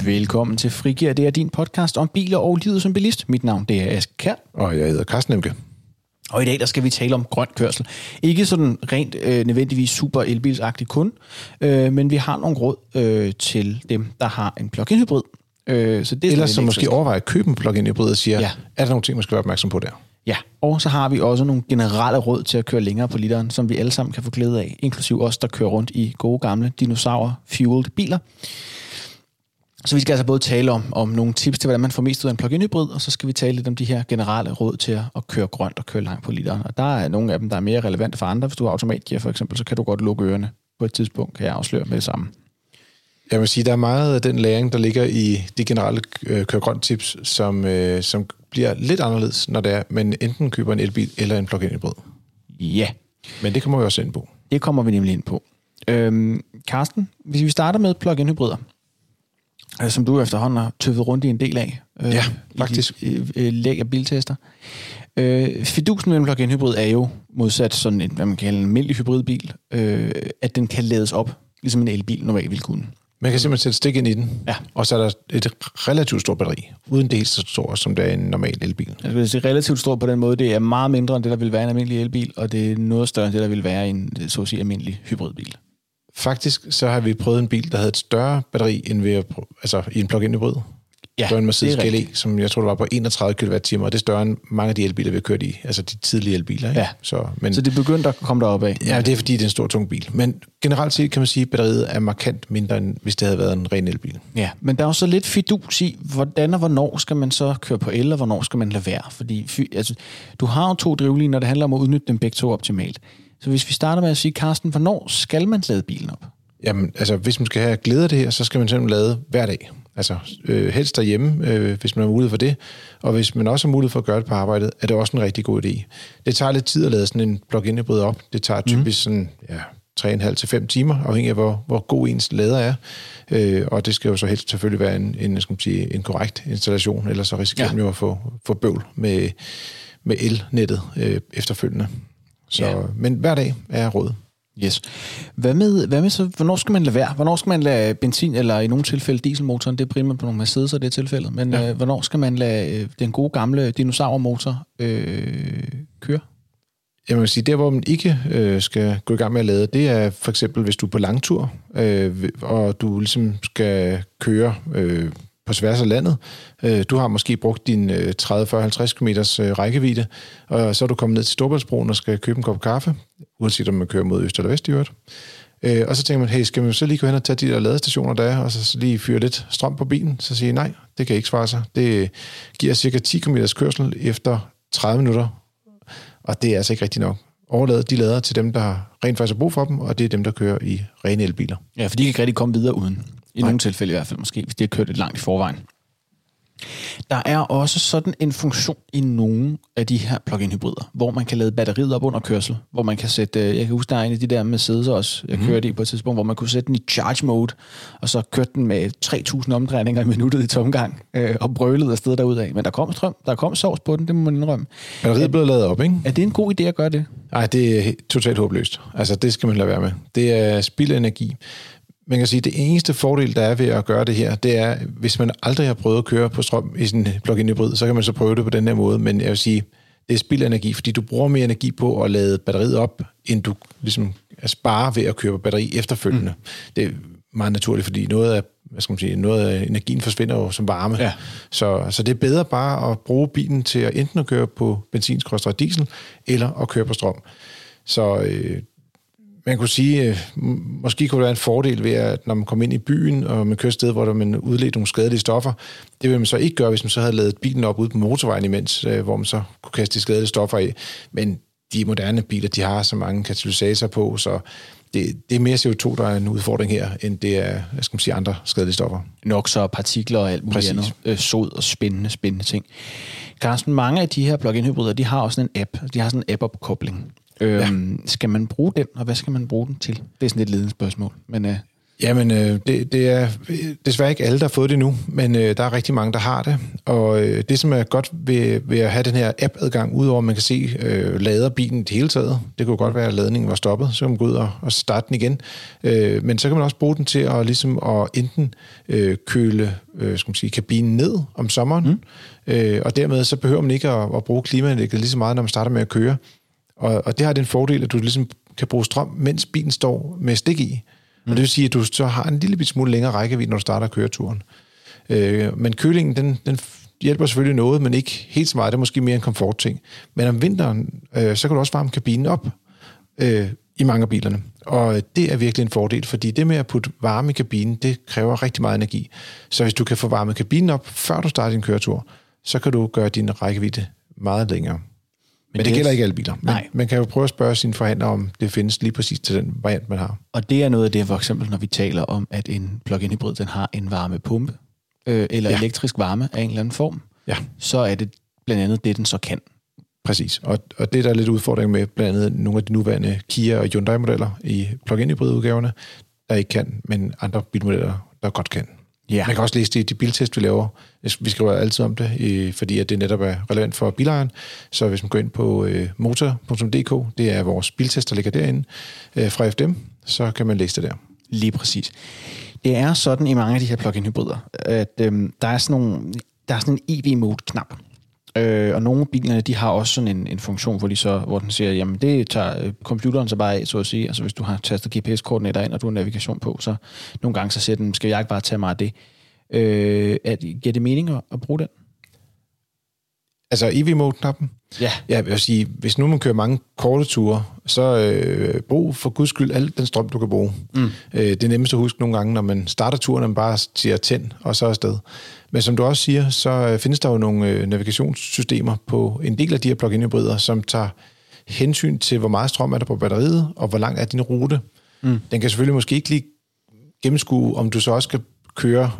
Velkommen til Frigir. Det er din podcast om biler og livet som bilist. Mit navn det er Aske Kjær. Og jeg hedder Carsten Emke. Og i dag der skal vi tale om grøn kørsel. Ikke sådan rent nødvendigvis super elbilsagtigt kun, men vi har nogle råd til dem, der har en plug-in hybrid. Så det eller som måske overvejer at købe en plug-in hybrid og siger, er der nogle ting, man skal være opmærksom på der? Ja, og så har vi også nogle generelle råd til at køre længere på literen, som vi alle sammen kan få glæde af, inklusiv os, der kører rundt i gode gamle dinosaur-fueled biler. Så vi skal altså både tale om nogle tips til, hvordan man får mest ud af en plug-in hybrid, og så skal vi tale lidt om de her generelle råd til at køre grønt og køre langt på literen. Og der er nogle af dem, der er mere relevante for andre. Hvis du har automatgear for eksempel, så kan du godt lukke ørerne på et tidspunkt, kan jeg afsløre med det samme. Jeg vil sige, der er meget af den læring, der ligger i de generelle kør grønt tips, som bliver lidt anderledes, når det er, man enten køber en elbil eller en plug-in hybrid. Ja. Men det kommer vi også ind på. Det kommer vi nemlig ind på. Carsten, hvis vi starter med plug-in hybrider, som du efterhånden har tøffet rundt i en del af. Ja, faktisk. Læg af biltester. Fidusen med en plug-in hybrid er jo modsat sådan en, hvad man kalder en almindelig hybridbil, at den kan lades op, ligesom en elbil normalt ville kunne. Man kan simpelthen sætte stik ind i den, og så er der et relativt stort batteri, uden det helt så stort, som det er en normal elbil. Jeg vil sige relativt stort på den måde, det er meget mindre end det, der vil være en almindelig elbil, og det er noget større end det, der vil være en, så at sige, almindelig hybridbil. Faktisk så har vi prøvet en bil, der havde et større batteri end i en plug-in hybrid. Ja, det var en Mercedes GLE, som jeg tror, der var på 31 kWh, og det er større end mange af de elbiler, vi har kørt i, altså de tidlige elbiler. Ikke? Ja, så det begyndte at komme derop af. Ja, det er fordi, det er en stor, tung bil. Men generelt set kan man sige, at batteriet er markant mindre, end hvis det havde været en ren elbil. Ja, men der er også så lidt fidus i, hvordan og hvornår skal man så køre på el, og hvornår skal man lade være. Fordi du har jo 2 drivlinjer, når det handler om at udnytte dem begge to optimalt. Så hvis vi starter med at sige, Carsten, hvornår skal man lade bilen op? Jamen, altså, hvis man skal have glæde af det her, så skal man simpelthen lade hver dag. Altså, helst derhjemme, hvis man har mulighed for det. Og hvis man også har mulighed for at gøre det på arbejdet, er det også en rigtig god idé. Det tager lidt tid at lade sådan en plug-in hybrid op. Det tager typisk sådan, 3,5 til 5 timer, afhængig af, hvor god ens lader er. Og det skal jo så helst selvfølgelig være en korrekt installation, ellers så risikerer man jo at få bøvl med elnettet efterfølgende. Så, men hver dag er råd. Yes. Hvad med så, hvornår skal man lade være? Hvornår skal man lade benzin, eller i nogle tilfælde dieselmotoren, det er primært på nogle Mercedes, det er tilfældet, men hvornår skal man lade den gode gamle dinosaurmotor køre? Jeg vil sige, der hvor man ikke skal gå i gang med at lade, det er for eksempel, hvis du er på langtur, og du ligesom skal køre på tværs af landet. Du har måske brugt din 30, 40, 50 km rækkevidde, og så er du kommet ned til Storebæltsbroen og skal købe en kop kaffe, uanset om man kører mod øst eller vest i øvrigt. Og så tænker man, hey, skal man så lige gå hen og tage de der ladestationer, der er, og så lige fyre lidt strøm på bilen? Så siger nej, det kan ikke svare sig. Det giver cirka 10 km kørsel efter 30 minutter, og det er altså ikke rigtigt nok. Overladet de lader til dem, der rent faktisk har brug for dem, og det er dem, der kører i rene elbiler. Ja, for de kan ikke rigtig komme videre uden. I nogle tilfælde i hvert fald måske, hvis de har kørt lidt langt i forvejen. Der er også sådan en funktion i nogle af de her plug-in hybrider, hvor man kan lade batteriet op under kørsel, hvor man kan sætte, jeg kan huske, der er en af de der Mercedes også, jeg kørte i på et tidspunkt, hvor man kunne sætte den i charge mode, og så kørte den med 3.000 omdrejninger i minuttet i tomgang, og brølede afsted derudad. Men der kom strøm, der kom sovs på den, det må man indrømme. Batteriet blev lavet op, ikke? Er det en god idé at gøre det? Nej, det er totalt håbløst. Altså, det skal man lade være med. Det er spild af energi. Man kan sige, at det eneste fordel, der er ved at gøre det her, det er, hvis man aldrig har prøvet at køre på strøm i sådan en plug-in hybrid, så kan man så prøve det på den her måde. Men jeg vil sige, det er spild af energi, fordi du bruger mere energi på at lade batteriet op, end du ligesom sparer ved at køre på batteri efterfølgende. Det er meget naturligt, fordi noget af energien forsvinder jo som varme. Ja. Så det er bedre bare at bruge bilen til at enten at køre på benzin, diesel, eller at køre på strøm. Så man kunne sige, måske kunne det være en fordel ved, at når man kommer ind i byen, og man kører et sted, hvor man udledt nogle skadelige stoffer, det vil man så ikke gøre, hvis man så havde ladet bilen op ude på motorvejen imens, hvor man så kunne kaste de skadelige stoffer af. Men de moderne biler, de har så mange katalysatorer på, så det er mere CO2, der er en udfordring her, end det er, andre skadelige stoffer. Nok så partikler og alt muligt andet. Sod og spændende ting. Carsten, mange af de her plug-in hybrider, de har også en app. De har sådan en app-opkobling. Skal man bruge den, og hvad skal man bruge den til? Det er sådan et ledende spørgsmål. Men, Jamen, det er desværre ikke alle, der har fået det endnu, men der er rigtig mange, der har det. Og det, som er godt ved at have den her app-adgang, udover at man kan se lader bilen det hele taget, det kunne godt være, at ladningen var stoppet, så kan man gå ud og starte den igen. Men så kan man også bruge den til at, ligesom, at enten køle kabinen ned om sommeren, og dermed så behøver man ikke at bruge klimaanlægget lige så meget, når man starter med at køre. Og det har den fordel, at du ligesom kan bruge strøm, mens bilen står med stik i. Og det vil sige, at du så har en lille smule længere rækkevidde, når du starter køreturen. Men kølingen, den hjælper selvfølgelig noget, men ikke helt så meget. Det er måske mere en komfortting. Men om vinteren, så kan du også varme kabinen op i mange af bilerne. Og det er virkelig en fordel, fordi det med at putte varme i kabinen, det kræver rigtig meget energi. Så hvis du kan få varmet kabinen op, før du starter din køretur, så kan du gøre din rækkevidde meget længere. Men det gælder ikke alle biler. Men man kan jo prøve at spørge sine forhandlere, om det findes lige præcis til den variant, man har. Og det er noget af det, for eksempel, når vi taler om, at en plug-in hybrid, den har en varmepumpe, eller elektrisk varme af en eller anden form, så er det blandt andet det, den så kan. Præcis. Og det, der er lidt udfordring med blandt andet nogle af de nuværende Kia og Hyundai-modeller i plug-in hybrid-udgaverne, der ikke kan, men andre bilmodeller, der godt kan. Ja. Man kan også læse det i de biltest, vi laver. Vi skriver altid om det, fordi at det netop er relevant for bilejeren. Så hvis man går ind på motor.dk, det er vores biltest, der ligger derinde fra FDM, så kan man læse det der. Lige præcis. Det er sådan i mange af de her plug-in hybrider, at der er sådan en EV-mode-knap. Og nogle af bilerne, de har også sådan en funktion, hvor den siger, jamen det tager computeren så bare af, så at sige. Altså hvis du har tastet GPS-koordinater ind, og du har navigation på, så nogle gange så siger den, skal jeg ikke bare tage mig af det? Giver det mening at bruge den? Altså EV-mode-knappen? Ja. Jeg vil sige, hvis nu man kører mange korte ture, så brug for guds skyld al den strøm, du kan bruge. Det er nemmest at huske nogle gange, når man starter turen, og man bare siger tænd, og så afsted. Men som du også siger, så findes der jo nogle navigationssystemer på en del af de her plug-in hybrider, som tager hensyn til, hvor meget strøm er der på batteriet, og hvor lang er din rute. Den kan selvfølgelig måske ikke lige gennemskue, om du så også skal køre,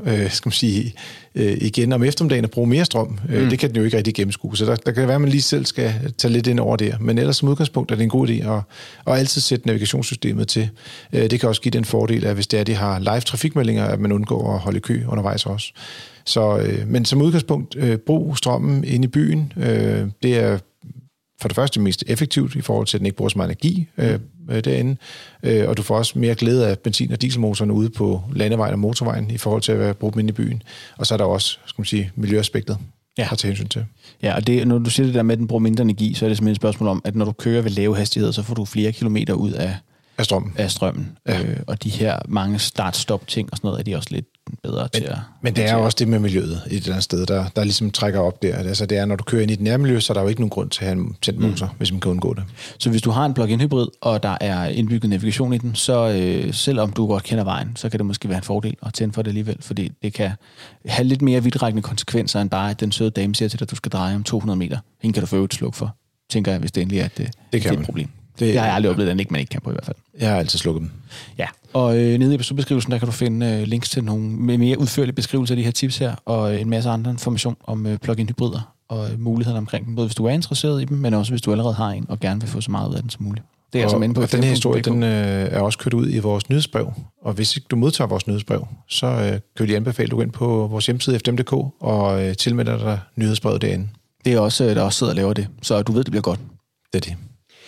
igen om eftermiddagen og bruge mere strøm. Det kan den jo ikke rigtig gennemskue, så der kan være, at man lige selv skal tage lidt ind over det. Men ellers som udgangspunkt er det en god idé at altid sætte navigationssystemet til. Det kan også give den fordel, at hvis det er, de har live trafikmeldinger, at man undgår at holde i kø undervejs også. Men som udgangspunkt, brug strømmen inde i byen. Det er for det første mest effektivt i forhold til, at den ikke bruger så meget energi derinde, og du får også mere glæde af benzin- og dieselmotorerne ude på landevejen og motorvejen i forhold til at bruge dem inde i byen. Og så er der også, miljøaspektet at tage hensyn til. Ja, og det, når du siger det der med, at den bruger mindre energi, så er det simpelthen et spørgsmål om, at når du kører ved lave hastigheder, så får du flere kilometer ud af strømmen. Ja. Og de her mange start-stop-ting og sådan noget, er de også lidt bedre til at... Men det er også det med miljøet i et eller andet sted, der ligesom trækker op der. Altså det er, når du kører ind i et nærmiljø, så er der jo ikke nogen grund til at have en tændt motor, hvis man kan undgå det. Så hvis du har en plug-in hybrid, og der er indbygget navigation i den, så selvom du godt kender vejen, så kan det måske være en fordel at tænde for det alligevel, fordi det kan have lidt mere vidtrækkende konsekvenser, end bare at den søde dame siger til dig, at du skal dreje om 200 meter. Hende kan du få øvrigt slukke for, tænker jeg, hvis det endelig er det er et problem. Det har jeg aldrig oplevet, at man ikke kan på i hvert fald. Jeg har altid slukket dem. Ja, og nede i episodebeskrivelsen, der kan du finde links til nogle mere udførlige beskrivelser af de her tips her, og en masse andre information om plug-in hybrider og mulighederne omkring dem, både hvis du er interesseret i dem, men også hvis du allerede har en, og gerne vil få så meget ud af den som muligt. Det er altså inde på og den her historie, den er også kørt ud i vores nyhedsbrev, og hvis ikke du modtager vores nyhedsbrev, så kan vi lige anbefale, at du går ind på vores hjemmeside fdm.dk og tilmelder dig nyhedsbrevet derinde. Det er også, der også sidder og laver det, så du ved, det bliver godt. Det er det.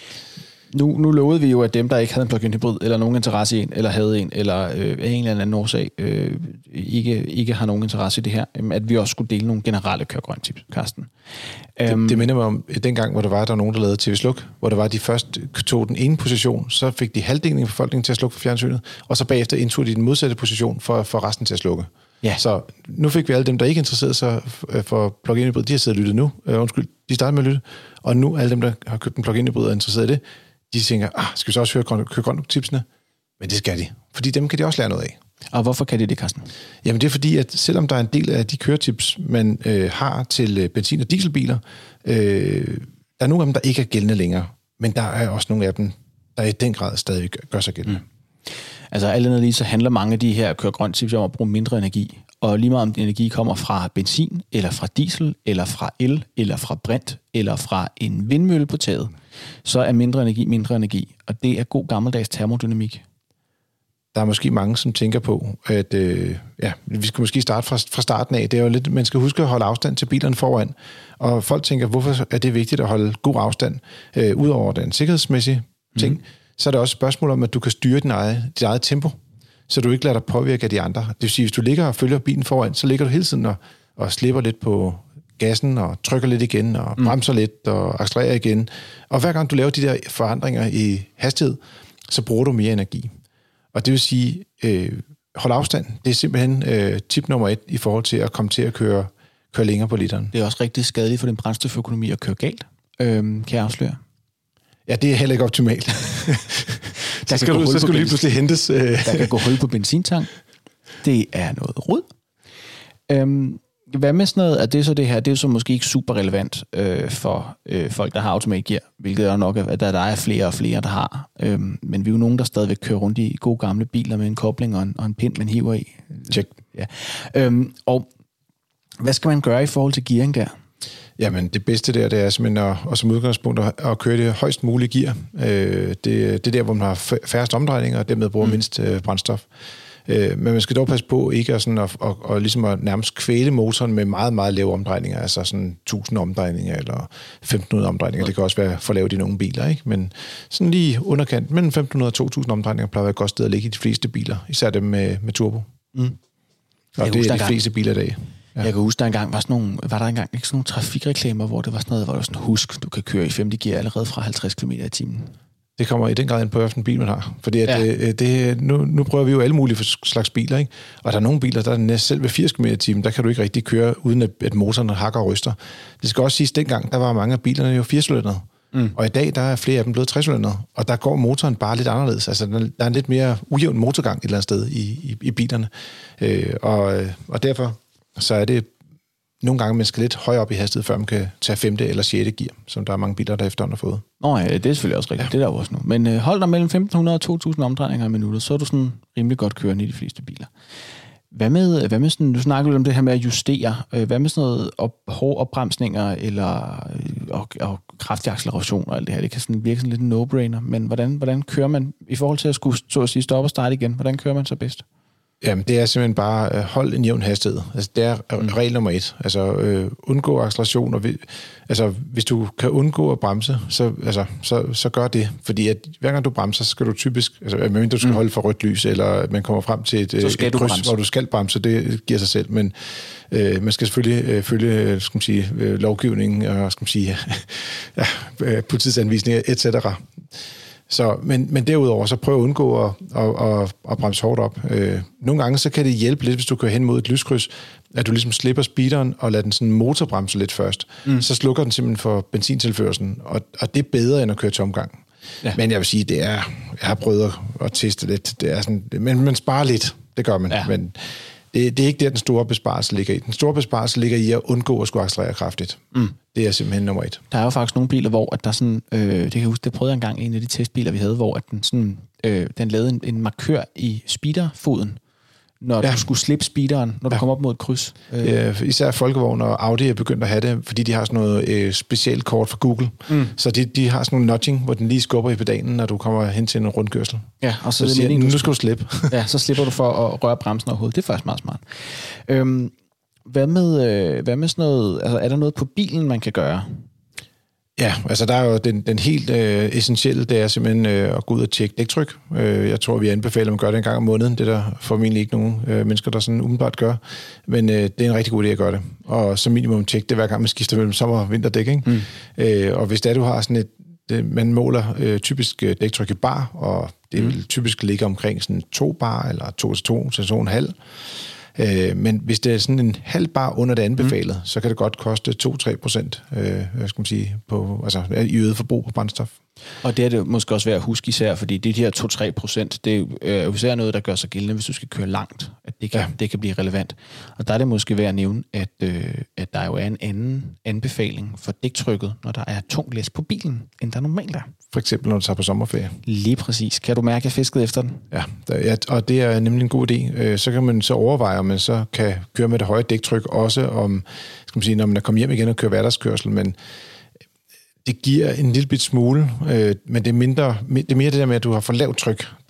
Nu lovede vi jo, at dem, der ikke havde en plug-in hybrid, eller nogen interesse i en, eller havde en, eller af en eller anden årsag, ikke har nogen interesse i det her, at vi også skulle dele nogle generelle kør-grøn-tips, Carsten. Det minder mig om dengang, hvor der var nogen, der lavede TV-sluk, hvor der var, de først tog den ene position, så fik de halvdelen af befolkningen til at slukke for fjernsynet, og så bagefter indtog de den modsatte position for resten til at slukke. Ja. Så nu fik vi alle dem, der ikke interesserede sig for plug-in hybrid, de har siddet og lyttet nu. De startede med at lytte, og nu alle dem, der har købt en plug-in hybrid og er interesseret i det, de tænker, skal vi så også køre grøn-tipsene? Men det skal de, fordi dem kan de også lære noget af. Og hvorfor kan de det, Carsten? Jamen det er fordi, at selvom der er en del af de køretips, man har til benzin- og dieselbiler, der er nogle af dem, der ikke er gældende længere, men der er også nogle af dem, der i den grad stadig gør sig gældende. Altså alt andet lige, så handler mange af de her kør-grøn-tips om at bruge mindre energi. Og lige meget om energi kommer fra benzin, eller fra diesel, eller fra el, eller fra brint, eller fra en vindmølle på taget, så er mindre energi. Og det er god gammeldags termodynamik. der er måske mange, som tænker på, at vi skal måske starte fra starten af. Det er jo lidt, man skal huske at holde afstand til bilerne foran. Og folk tænker, hvorfor er det vigtigt at holde god afstand? Udover den sikkerhedsmæssige ting, så er det også et spørgsmål om, at du kan styre dit eget tempo, så du ikke lader dig påvirke af de andre. Det vil sige, hvis du ligger og følger bilen foran, så ligger du hele tiden og slipper lidt på gassen og trykker lidt igen og bremser lidt og accelererer igen. Og hver gang du laver de der forandringer i hastighed, så bruger du mere energi. Og det vil sige, hold afstand. Det er simpelthen tip nummer 1 i forhold til at komme til at køre længere på literen. Det er også rigtig skadeligt for din brændstoføkonomi at køre galt, kan jeg afsløre. Ja, det er heller ikke optimalt. så skal du lige pludselig hentes. Der kan gå hul på benzintank. Det er noget rod. Hvad med sådan noget, at det er så det her, det er jo så måske ikke super relevant for folk, der har automatgear, hvilket er nok, at der er flere og flere, der har. Men vi er jo nogen, der stadigvæk kører rundt i gode gamle biler med en kobling og en pind, man hiver i. Check. Ja. Og hvad skal man gøre i forhold til gearing der? Jamen, det bedste der, det er simpelthen at som udgangspunkt at køre det højst mulige gear. Det er der, hvor man har færrest omdrejninger, og dermed bruger mindst brændstof. Men man skal dog passe på ikke at ligesom at nærmest kvæle motoren med meget, meget lave omdrejninger, altså sådan 1000 omdrejninger eller 1500 omdrejninger. Det kan også være for lavt i nogle biler, ikke? Men sådan lige underkant, mellem 1500 og 2000 omdrejninger plejer at være et godt sted at ligge i de fleste biler, især dem med turbo. Og det er de fleste biler i dag. Ja. Jeg kan huske, var der engang ikke sådan nogle trafikreklamer, hvor det var sådan noget, hvor det var sådan, husk, du kan køre i 5. gear allerede fra 50 km i timen. Det kommer i den grad ind på, hvilken bil man har. Fordi at nu prøver vi jo alle mulige slags biler, ikke? Og der er nogle biler, der er selv ved 80 km i timen, der kan du ikke rigtig køre, uden at motoren hakker og ryster. Det skal også siges, dengang, der var mange af bilerne jo 4-cylindrede. Og i dag, der er flere af dem blevet 3-cylindrede. Og der går motoren bare lidt anderledes. Altså, der er en lidt mere ujævn motorgang et eller andet sted i bilerne. Og derfor så er det nogle gange, man skal lidt højere op i hastighed, før man kan tage 5. eller 6. gear, som der er mange biler, der efterhånden har fået. Nå ja, det er selvfølgelig også rigtigt. Ja. Det er der også nu. Men hold dig mellem 1500 og 2000 omdrejninger i minuttet, så er du sådan rimelig godt kørende i de fleste biler. Hvad med sådan, nu snakker du om det her med at justere. Hvad med sådan noget hårde opbremsninger og kraftig acceleration og alt det her? Det kan sådan virke sådan lidt en no-brainer, men hvordan kører man i forhold til at skulle så at sige stoppe og starte igen? Hvordan kører man så bedst? Jamen, det er simpelthen bare hold en jævn hastighed. Altså, det er regel nummer 1. Altså, undgå acceleration. Og hvis du kan undgå at bremse, så gør det. Fordi at hver gang du bremser, så skal du typisk, medmindre du skal holde for rødt lys, eller man kommer frem til et kryds, hvor du skal bremse, det giver sig selv. Men man skal selvfølgelig følge lovgivningen og politiets anvisninger, etc. Så, men derudover, så prøv at undgå at bremse hårdt op. Nogle gange, så kan det hjælpe lidt, hvis du kører hen mod et lyskryds, at du ligesom slipper speederen og lader den sådan motorbremse lidt først. Så slukker den simpelthen for benzintilførselen, og det er bedre end at køre tomgang. Ja. Men jeg vil sige, jeg har prøvet at teste lidt. Det er sådan, men man sparer lidt, det gør man. Ja. Men det er ikke der, den store besparelse ligger i. Den store besparelse ligger i at undgå at skulle accelerere kraftigt. Det er simpelthen nummer 1. Der er jo faktisk nogle biler, hvor at der sådan, det kan jeg huske, det prøvede jeg engang en af de testbiler, vi havde, hvor at den lavede en markør i speederfoden, når du skulle slippe speederen, når du kom op mod et kryds. Især Folkevogn og Audi er begyndt at have det, fordi de har sådan noget specielt kort fra Google. Så de har sådan en nudging, hvor den lige skubber i pedalen, når du kommer hen til en rundkørsel. Ja, og så siger nu skal du slippe. Ja, så slipper du for at røre bremsen overhovedet. Det er faktisk meget smart. Hvad med sådan noget, altså er der noget på bilen, man kan gøre? Ja, altså der er jo den helt essentielle, det er simpelthen at gå ud og tjekke dæktryk. Jeg tror, vi anbefaler, at man gør det en gang om måneden. Det er der formentlig ikke nogen mennesker, der sådan umiddelbart gør. Men det er en rigtig god idé at gøre det. Og som minimum tjekke det, hver gang man skifter mellem sommer- og vinterdæk. Ikke? Og hvis du har sådan man måler typisk dæktryk i bar, og det vil typisk ligge omkring sådan 2 bar, eller 2 til 2,5. Men hvis det er sådan en halv bar under det anbefalede, så kan det godt koste 2-3% i øget forbrug på brændstof. Og det er det måske også værd at huske især, fordi det her 2-3%, det er jo især noget, der gør sig gældende, hvis du skal køre langt, at det kan blive relevant. Og der er det måske værd at nævne, at der jo er en anden anbefaling for dæktrykket, når der er tungt læs på bilen, end der normalt er. For eksempel, når du tager på sommerferie. Lige præcis. Kan du mærke, at jeg fiskede efter den? Ja, og det er nemlig en god idé. Så kan man så overveje, om man så kan køre med det høje dæktryk, også om, når man er kommet hjem igen og kører hverdagskørsel, men det giver en lille bit smule, men det er mere det der med, at du har for lavt tryk,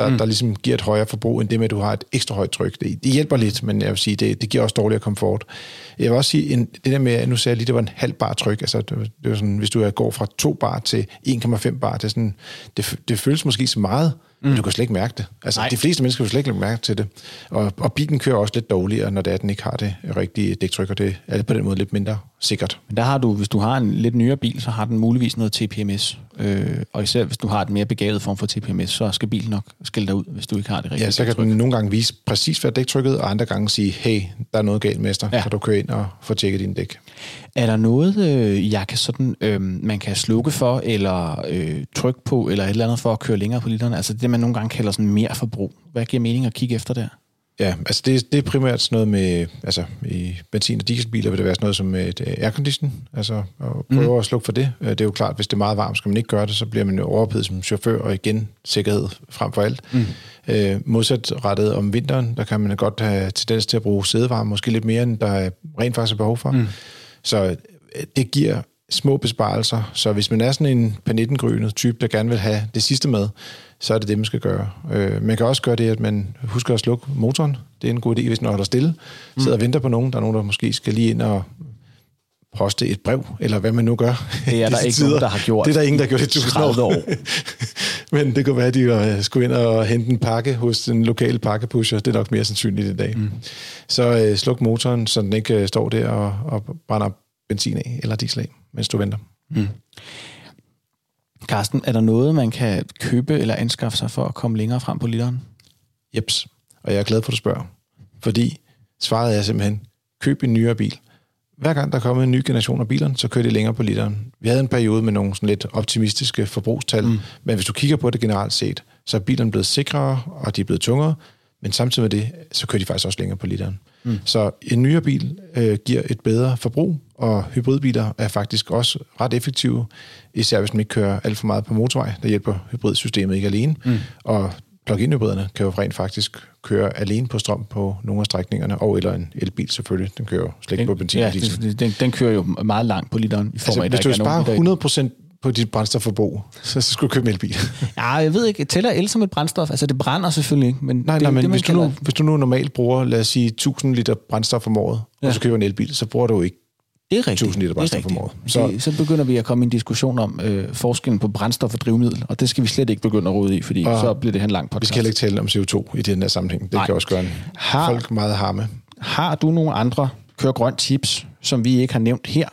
der ligesom giver et højere forbrug, end det med, at du har et ekstra højt tryk. Det hjælper lidt, men jeg vil sige, det giver også dårligere komfort. Jeg vil også sige, det der med, nu sagde jeg lige, det var en halv bar tryk, altså det var sådan, hvis du går fra 2 bar til 1,5 bar, det, er sådan, det føles måske så meget, men du kan slet ikke mærke det. Altså, de fleste mennesker vil slet ikke mærke til det. Og bilen kører også lidt dårligere, når den ikke har det rigtige dæktryk, og det er på den måde lidt mindre sikkert. Men der har du, hvis du har en lidt nyere bil, så har den muligvis noget TPMS. Og især hvis du har en mere begavet form for TPMS, så skal bilen nok skille dig ud, hvis du ikke har det rigtige dæktryk. Ja, så kan den nogle gange vise præcis, hvad dæktrykket, og andre gange sige, hey, der er noget galt, mester, så du kører ind og får tjekket din dæk. Er der noget, jeg kan sådan, man kan slukke for, eller trykke på, eller et eller andet for at køre længere på literen? Altså det, man nogle gange kalder sådan mere forbrug. Hvad giver mening at kigge efter der? Ja, altså det er primært sådan noget med, altså i benzin- og dieselbiler vil det være sådan noget som et aircondition, altså at prøve at slukke for det. Det er jo klart, hvis det er meget varmt, skal man ikke gøre det, så bliver man jo overophedet som chauffør, og igen sikkerhed frem for alt. Modsatrettet om vinteren, der kan man godt have tendens til at bruge sædevarme, måske lidt mere, end der rent faktisk er behov for. Så det giver små besparelser, så hvis man er sådan en panettengrynet type, der gerne vil have det sidste med, så er det man skal gøre. Man kan også gøre det, at man husker at slukke motoren. Det er en god idé, hvis man holder stille. Sidder og venter på nogen. Der er nogen, der måske skal lige ind og poste et brev, eller hvad man nu gør. Det er der ikke nogen, der har gjort. Det er der ingen, der har gjort i 30 år. Men det kunne være, at de skulle ind og hente en pakke hos den lokale pakkepusher. Det er nok mere sandsynligt i dag. Så sluk motoren, så den ikke står der og brænder benzin af eller diesel af, mens du venter. Carsten, er der noget, man kan købe eller anskaffe sig for at komme længere frem på literen? Jeps, og jeg er glad for, at du spørger. Fordi svaret er simpelthen, køb en nyere bil. Hver gang der er kommet en ny generation af bilerne, så kører de længere på literen. Vi havde en periode med nogle sådan lidt optimistiske forbrugstal, men hvis du kigger på det generelt set, så er bilerne blevet sikrere, og de er blevet tungere, men samtidig med det, så kører de faktisk også længere på literen. Så en nyere bil giver et bedre forbrug, og hybridbiler er faktisk også ret effektive, især hvis man ikke kører alt for meget på motorvej. Der hjælper hybridsystemet ikke alene, og plug-in-hybriderne kan jo rent faktisk køre alene på strøm på nogle af strækningerne, og eller en elbil selvfølgelig. Den kører jo slet ikke på benzin og diesel. Den kører jo meget langt på literen. I form af, hvis du sparer 100% på dit brændstofforbrug, så skal du købe en elbil. Ja, jeg ved ikke, tæller el som et brændstof? Altså, det brænder selvfølgelig ikke. Men men hvis du nu normalt bruger, lad os sige, 1000 liter brændstof om året, og så køber en elbil, så bruger du ikke 1000 liter brændstof om året. Så begynder vi at komme i en diskussion om forskellen på brændstof og drivmiddel, og det skal vi slet ikke begynde at rode i, fordi så bliver det en lang podcast. Vi skal heller ikke tale om CO2 i den her sammenhæng. Det kan også gøre folk meget harme. Har du nogle andre kør grønt tips, som vi ikke har nævnt her?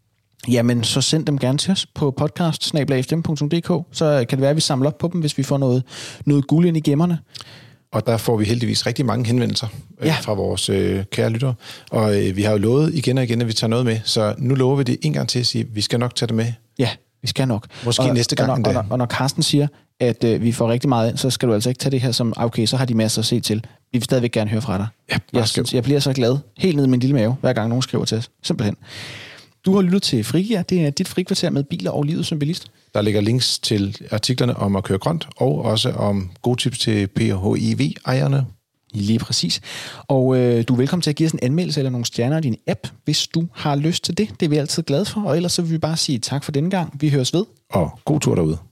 Jamen, så send dem gerne til os på podcast@fdm.dk, så kan det være, at vi samler op på dem, hvis vi får noget guld ind i gemmerne. Og der får vi heldigvis rigtig mange henvendelser fra vores kære lyttere. Og vi har jo lovet igen og igen, at vi tager noget med. Så nu lover vi det en gang til at sige, at vi skal nok tage det med. Ja, vi skal nok. Måske næste gang. Og når Carsten siger, at vi får rigtig meget ind, så skal du altså ikke tage det her som, okay, så har de masser at se til. Vi vil stadigvæk gerne høre fra dig. Ja, jeg bliver så glad, helt ned i min lille mave, hver gang nogen skriver til os. Simpelthen. Du har lyttet til Frigir. Det er dit frikvarter med biler og livet som bilist. Der ligger links til artiklerne om at køre grønt, og også om gode tips til PHEV-ejerne. Lige præcis. Og du er velkommen til at give os en anmeldelse eller nogle stjerner i din app, hvis du har lyst til det. Det er vi altid glade for. Og ellers så vil vi bare sige tak for denne gang. Vi høres ved. Og god tur derude.